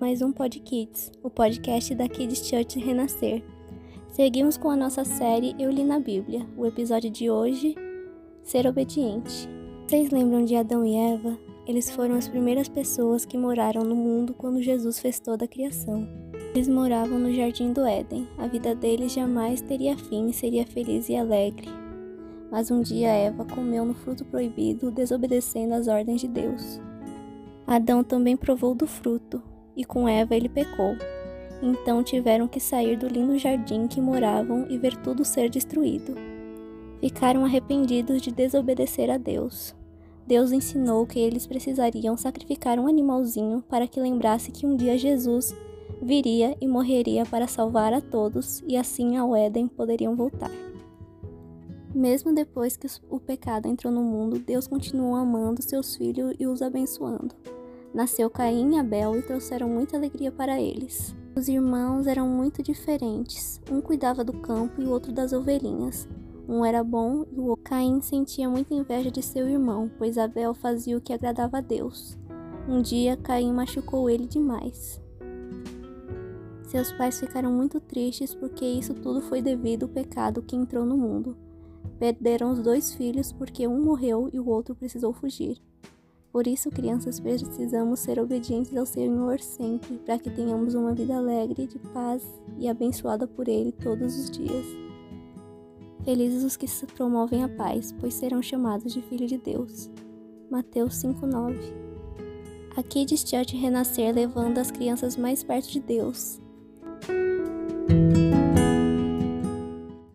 mais um Podkids, o podcast da Kids Church Renascer. Seguimos com a nossa série Eu Li na Bíblia. O episódio de hoje, Ser Obediente. Vocês lembram de Adão e Eva? Eles foram as primeiras pessoas que moraram no mundo quando Jesus fez toda a criação. Eles moravam no Jardim do Éden. A vida deles jamais teria fim e seria feliz e alegre. Mas um dia Eva comeu no fruto proibido, desobedecendo às ordens de Deus. Adão também provou do fruto, e com Eva ele pecou. Então tiveram que sair do lindo jardim que moravam e ver tudo ser destruído. Ficaram arrependidos de desobedecer a Deus. Deus ensinou que eles precisariam sacrificar um animalzinho para que lembrasse que um dia Jesus viria e morreria para salvar a todos, e assim ao Éden poderiam voltar. Mesmo depois que o pecado entrou no mundo, Deus continuou amando seus filhos e os abençoando. Nasceu Caim e Abel e trouxeram muita alegria para eles. Os irmãos eram muito diferentes. Um cuidava do campo e o outro das ovelhinhas. Um era bom e o outro. Caim sentia muita inveja de seu irmão, pois Abel fazia o que agradava a Deus. Um dia, Caim machucou ele demais. Seus pais ficaram muito tristes porque isso tudo foi devido ao pecado que entrou no mundo. Perderam os 2 filhos porque um morreu e o outro precisou fugir. Por isso, crianças, precisamos ser obedientes ao Senhor sempre, para que tenhamos uma vida alegre, de paz e abençoada por Ele todos os dias. Felizes os que promovem a paz, pois serão chamados de filho de Deus. Mateus 5:9. A Kids Church Renascer levando as crianças mais perto de Deus.